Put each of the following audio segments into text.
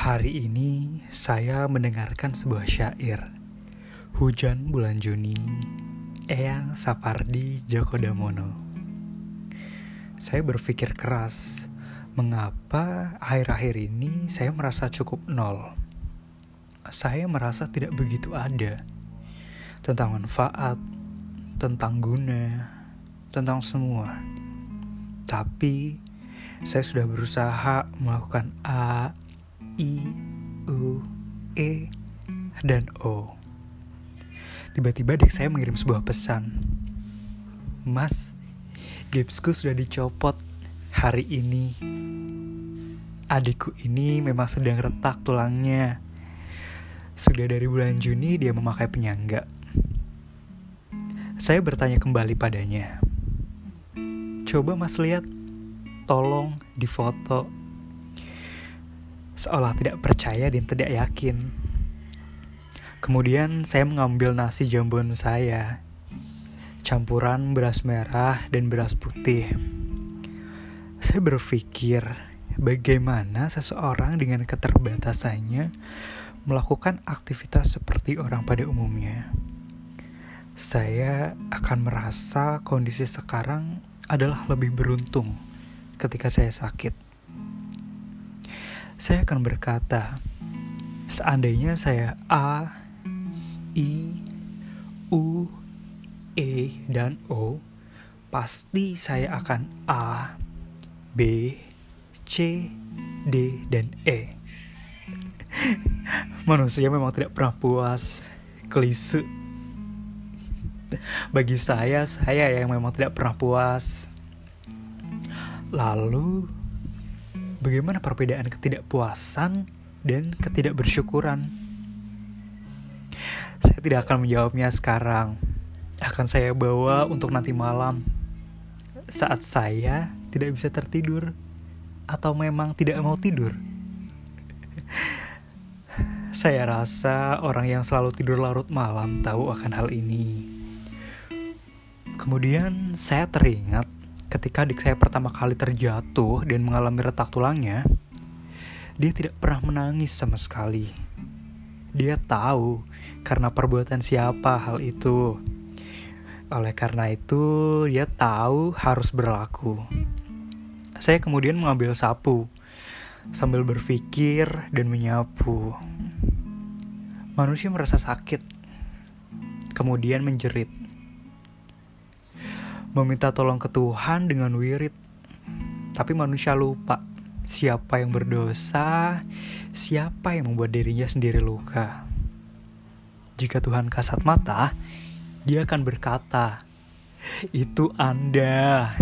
Hari ini saya mendengarkan sebuah syair Hujan Bulan Juni, Eyang Sapardi Djoko Damono. Saya berpikir keras, mengapa akhir-akhir ini saya merasa cukup nol. Saya merasa tidak begitu ada tentang manfaat, tentang guna, tentang semua. Tapi saya sudah berusaha melakukan A, I, U, E, dan O. Tiba-tiba adik saya mengirim sebuah pesan. Mas, gipsku sudah dicopot hari ini. Adikku ini memang sedang retak tulangnya. Sudah dari bulan Juni dia memakai penyangga. Saya bertanya kembali padanya. Coba mas lihat, tolong difoto. Seolah tidak percaya dan tidak yakin. Kemudian saya mengambil nasi jambon saya, campuran beras merah dan beras putih. Saya berpikir, bagaimana seseorang dengan keterbatasannya melakukan aktivitas seperti orang pada umumnya. Saya akan merasa kondisi sekarang adalah lebih beruntung ketika saya sakit. Saya akan berkata, seandainya saya A, I, U, E, dan O, pasti saya akan A, B, C, D, dan E. Manusia memang tidak pernah puas, klise. Bagi saya yang memang tidak pernah puas. Lalu, bagaimana perbedaan ketidakpuasan dan ketidakbersyukuran? Saya tidak akan menjawabnya sekarang. Akan saya bawa untuk nanti malam, saat saya tidak bisa tertidur atau memang tidak mau tidur. Saya rasa orang yang selalu tidur larut malam tahu akan hal ini. Kemudian saya teringat ketika adik saya pertama kali terjatuh dan mengalami retak tulangnya, dia tidak pernah menangis sama sekali. Dia tahu karena perbuatan siapa hal itu. Oleh karena itu, dia tahu harus berlaku. Saya kemudian mengambil sapu sambil berpikir dan menyapu. Manusia merasa sakit, kemudian menjerit, meminta tolong ke Tuhan dengan wirid. Tapi manusia lupa siapa yang berdosa, siapa yang membuat dirinya sendiri luka. Jika Tuhan kasat mata, dia akan berkata, itu Anda.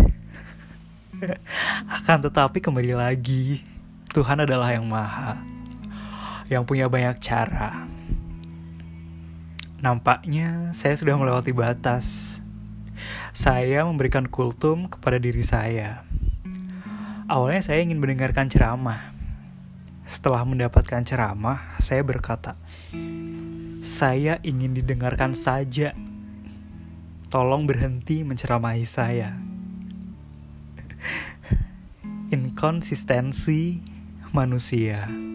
Akan tetapi kembali lagi, Tuhan adalah yang maha, yang punya banyak cara. Nampaknya saya sudah melewati batas. Saya memberikan kultum kepada diri saya. Awalnya saya ingin mendengarkan ceramah. Setelah mendapatkan ceramah, saya berkata, saya ingin didengarkan saja. Tolong berhenti menceramahi saya. Inkonsistensi manusia.